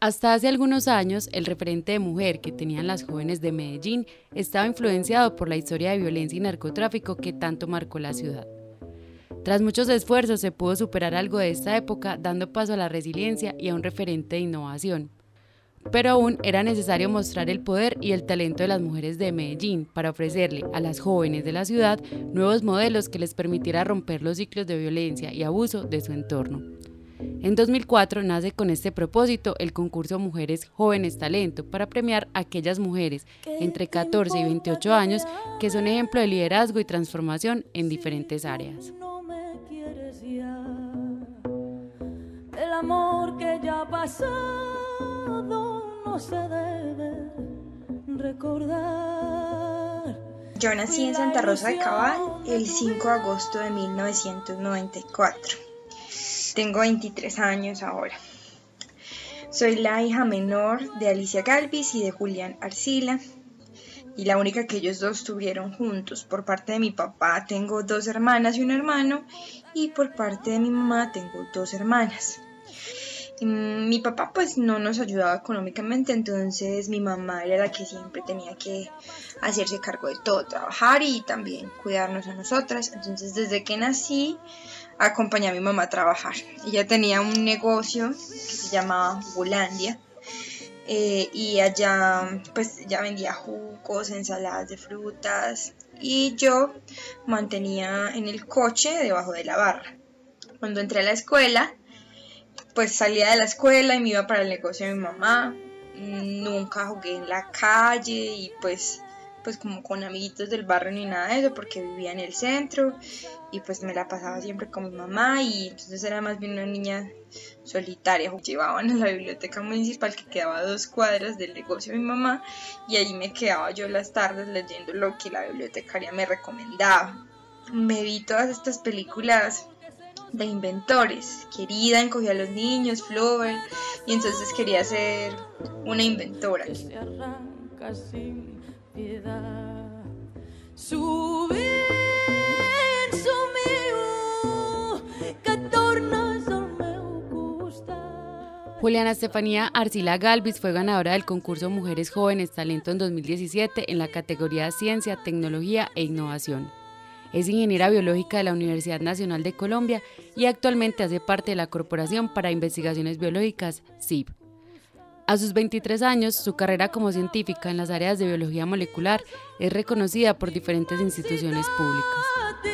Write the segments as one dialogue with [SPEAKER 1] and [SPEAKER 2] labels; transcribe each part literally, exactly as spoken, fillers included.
[SPEAKER 1] Hasta hace algunos años, el referente de mujer que tenían las jóvenes de Medellín estaba influenciado por la historia de violencia y narcotráfico que tanto marcó la ciudad. Tras muchos esfuerzos se pudo superar algo de esta época, dando paso a la resiliencia y a un referente de innovación. Pero aún era necesario mostrar el poder y el talento de las mujeres de Medellín para ofrecerle a las jóvenes de la ciudad nuevos modelos que les permitiera romper los ciclos de violencia y abuso de su entorno. En dos mil cuatro nace con este propósito el concurso Mujeres Jóvenes Talento para premiar a aquellas mujeres entre catorce y veintiocho años que son ejemplo de liderazgo y transformación en diferentes áreas.
[SPEAKER 2] El amor que ya ha pasado no se debe recordar.
[SPEAKER 3] Yo nací en Santa Rosa de Cabal el cinco de agosto de mil novecientos noventa y cuatro. Tengo veintitrés años ahora. Soy la hija menor de Alicia Galvis y de Julián Arcila, y la única que ellos dos tuvieron juntos. Por parte de mi papá tengo dos hermanas y un hermano, y por parte de mi mamá tengo dos hermanas. Mi papá pues no nos ayudaba económicamente, entonces mi mamá era la que siempre tenía que hacerse cargo de todo, trabajar y también cuidarnos a nosotras. Entonces desde que nací acompañé a mi mamá a trabajar. Ella tenía un negocio que se llamaba Jugolandia, eh, y allá pues ella vendía jugos, ensaladas de frutas, y yo mantenía en el coche debajo de la barra. Cuando entré a la escuela, pues salía de la escuela y me iba para el negocio de mi mamá. Nunca jugué en la calle y pues, pues como con amiguitos del barrio ni nada de eso, porque vivía en el centro y pues me la pasaba siempre con mi mamá, y entonces era más bien una niña solitaria. Llevaban a la biblioteca municipal que quedaba a dos cuadras del negocio de mi mamá, y allí me quedaba yo las tardes leyendo lo que la bibliotecaria me recomendaba. Me vi todas estas películas de inventores. Querida encogía a los niños, Flower, y entonces quería ser una inventora.
[SPEAKER 2] Que se arranca sin piedad. Subir sumiu, que tornes al meu costat.
[SPEAKER 1] Juliana Estefanía Arcila Galvis fue ganadora del concurso Mujeres Jóvenes Talento en dos mil diecisiete en la categoría Ciencia, Tecnología e Innovación. Es ingeniera biológica de la Universidad Nacional de Colombia y actualmente hace parte de la Corporación para Investigaciones Biológicas, C I B. A sus veintitrés años, su carrera como científica en las áreas de biología molecular es reconocida por diferentes instituciones públicas.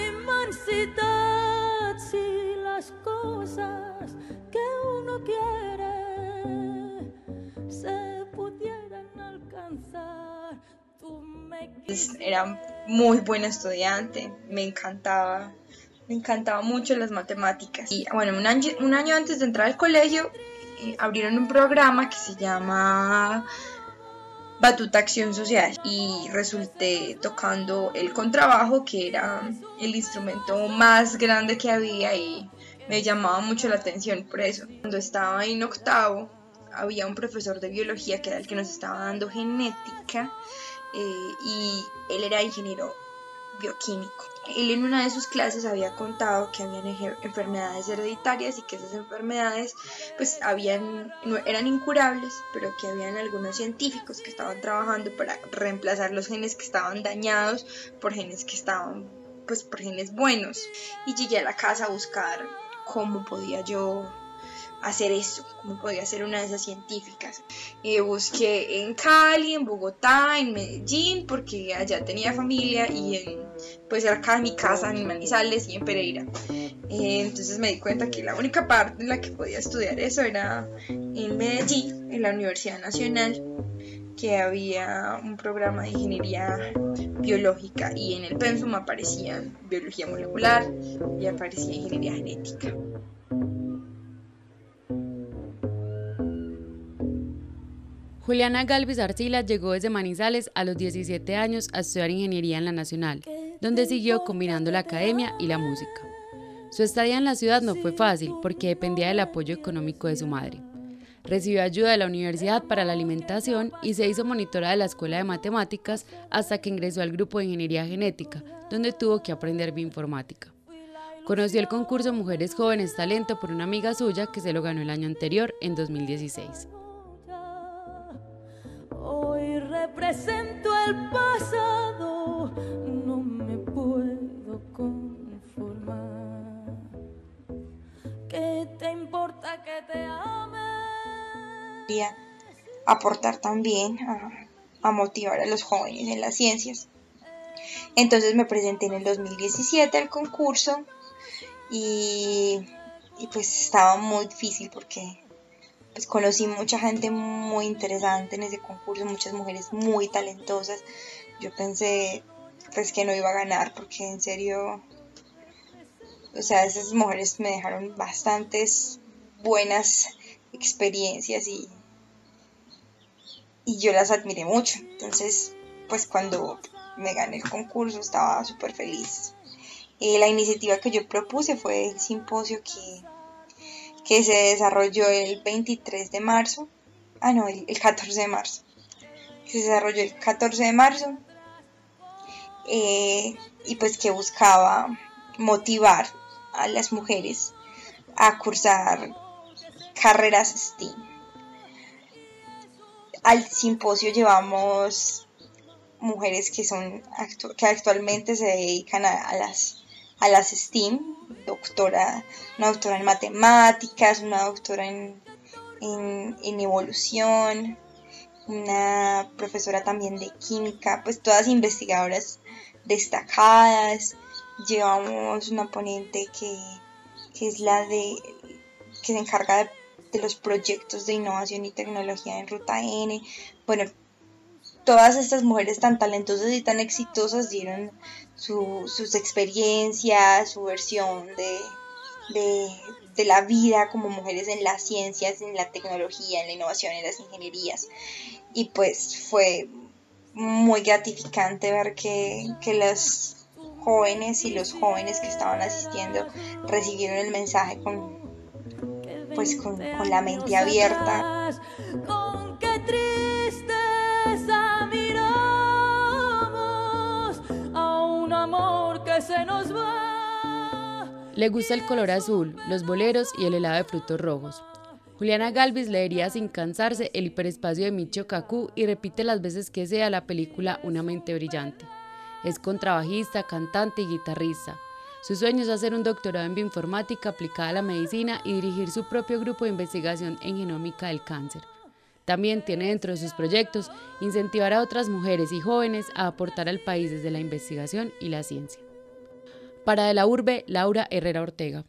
[SPEAKER 3] Era muy buena estudiante, me encantaba, me encantaba mucho las matemáticas. Y bueno, un año, un año antes de entrar al colegio, eh, abrieron un programa que se llama Batuta Acción Social, y resulté tocando el contrabajo, que era el instrumento más grande que había, y me llamaba mucho la atención por eso. Cuando estaba en octavo, había un profesor de biología que era el que nos estaba dando genética, eh, y él era ingeniero bioquímico. Él en una de sus clases había contado que habían enfermedades hereditarias y que esas enfermedades pues habían, no, eran incurables, pero que habían algunos científicos que estaban trabajando para reemplazar los genes que estaban dañados por genes que estaban, pues por genes buenos. Y llegué a la casa a buscar cómo podía yo hacer eso, cómo podía ser una de esas científicas. Y busqué en Cali, en Bogotá, en Medellín, porque allá tenía familia, y en, pues cerca de mi casa, en Manizales y en Pereira. Eh, entonces me di cuenta que la única parte en la que podía estudiar eso era en Medellín, en la Universidad Nacional, que había un programa de ingeniería biológica, y en el pensum aparecía biología molecular y aparecía ingeniería genética.
[SPEAKER 1] Juliana Galvis Arcila llegó desde Manizales a los diecisiete años a estudiar ingeniería en la Nacional, donde siguió combinando la academia y la música. Su estadía en la ciudad no fue fácil porque dependía del apoyo económico de su madre. Recibió ayuda de la universidad para la alimentación y se hizo monitora de la escuela de matemáticas hasta que ingresó al grupo de ingeniería genética, donde tuvo que aprender bioinformática. Conoció el concurso Mujeres Jóvenes Talento por una amiga suya que se lo ganó el año anterior, en dos mil dieciséis.
[SPEAKER 2] Hoy represento el pasado, no me puedo conformar. ¿Qué te importa que te ame?
[SPEAKER 3] Quería aportar también a, a motivar a los jóvenes en las ciencias. Entonces me presenté en el dos mil diecisiete al concurso y, y pues estaba muy difícil porque pues conocí mucha gente muy interesante en ese concurso, muchas mujeres muy talentosas. Yo pensé pues que no iba a ganar porque en serio, o sea, esas mujeres me dejaron bastantes buenas experiencias y, y yo las admiré mucho. Entonces pues cuando me gané el concurso estaba súper feliz. Eh, la iniciativa que yo propuse fue el simposio que, que se desarrolló el veintitrés de marzo, ah no, el, el catorce de marzo, que se desarrolló el catorce de marzo, eh, y pues que buscaba motivar a las mujeres a cursar carreras S T E A M. Al simposio llevamos mujeres que son actu- que actualmente se dedican a, a las a las S T E A M, doctora, una doctora en matemáticas, una doctora en, en, en evolución, una profesora también de química, pues todas investigadoras destacadas. Llevamos una ponente que, que es la de que se encarga de, de los proyectos de innovación y tecnología en Ruta N. Bueno, todas estas mujeres tan talentosas y tan exitosas dieron su, sus experiencias, su versión de, de, de la vida como mujeres en las ciencias, en la tecnología, en la innovación, en las ingenierías. Y pues fue muy gratificante ver que, que las jóvenes y los jóvenes que estaban asistiendo recibieron el mensaje con, pues con, con la mente abierta.
[SPEAKER 2] Con qué tristeza miramos a un amor que se nos va.
[SPEAKER 1] Le gusta el color azul, los boleros y el helado de frutos rojos. Juliana Galvis leería sin cansarse El hiperespacio de Michio Kaku y repite las veces que sea la película Una mente brillante. Es contrabajista, cantante y guitarrista. Su sueño es hacer un doctorado en bioinformática aplicada a la medicina y dirigir su propio grupo de investigación en genómica del cáncer. También tiene dentro de sus proyectos incentivar a otras mujeres y jóvenes a aportar al país desde la investigación y la ciencia. Para De la Urbe, Laura Herrera Ortega.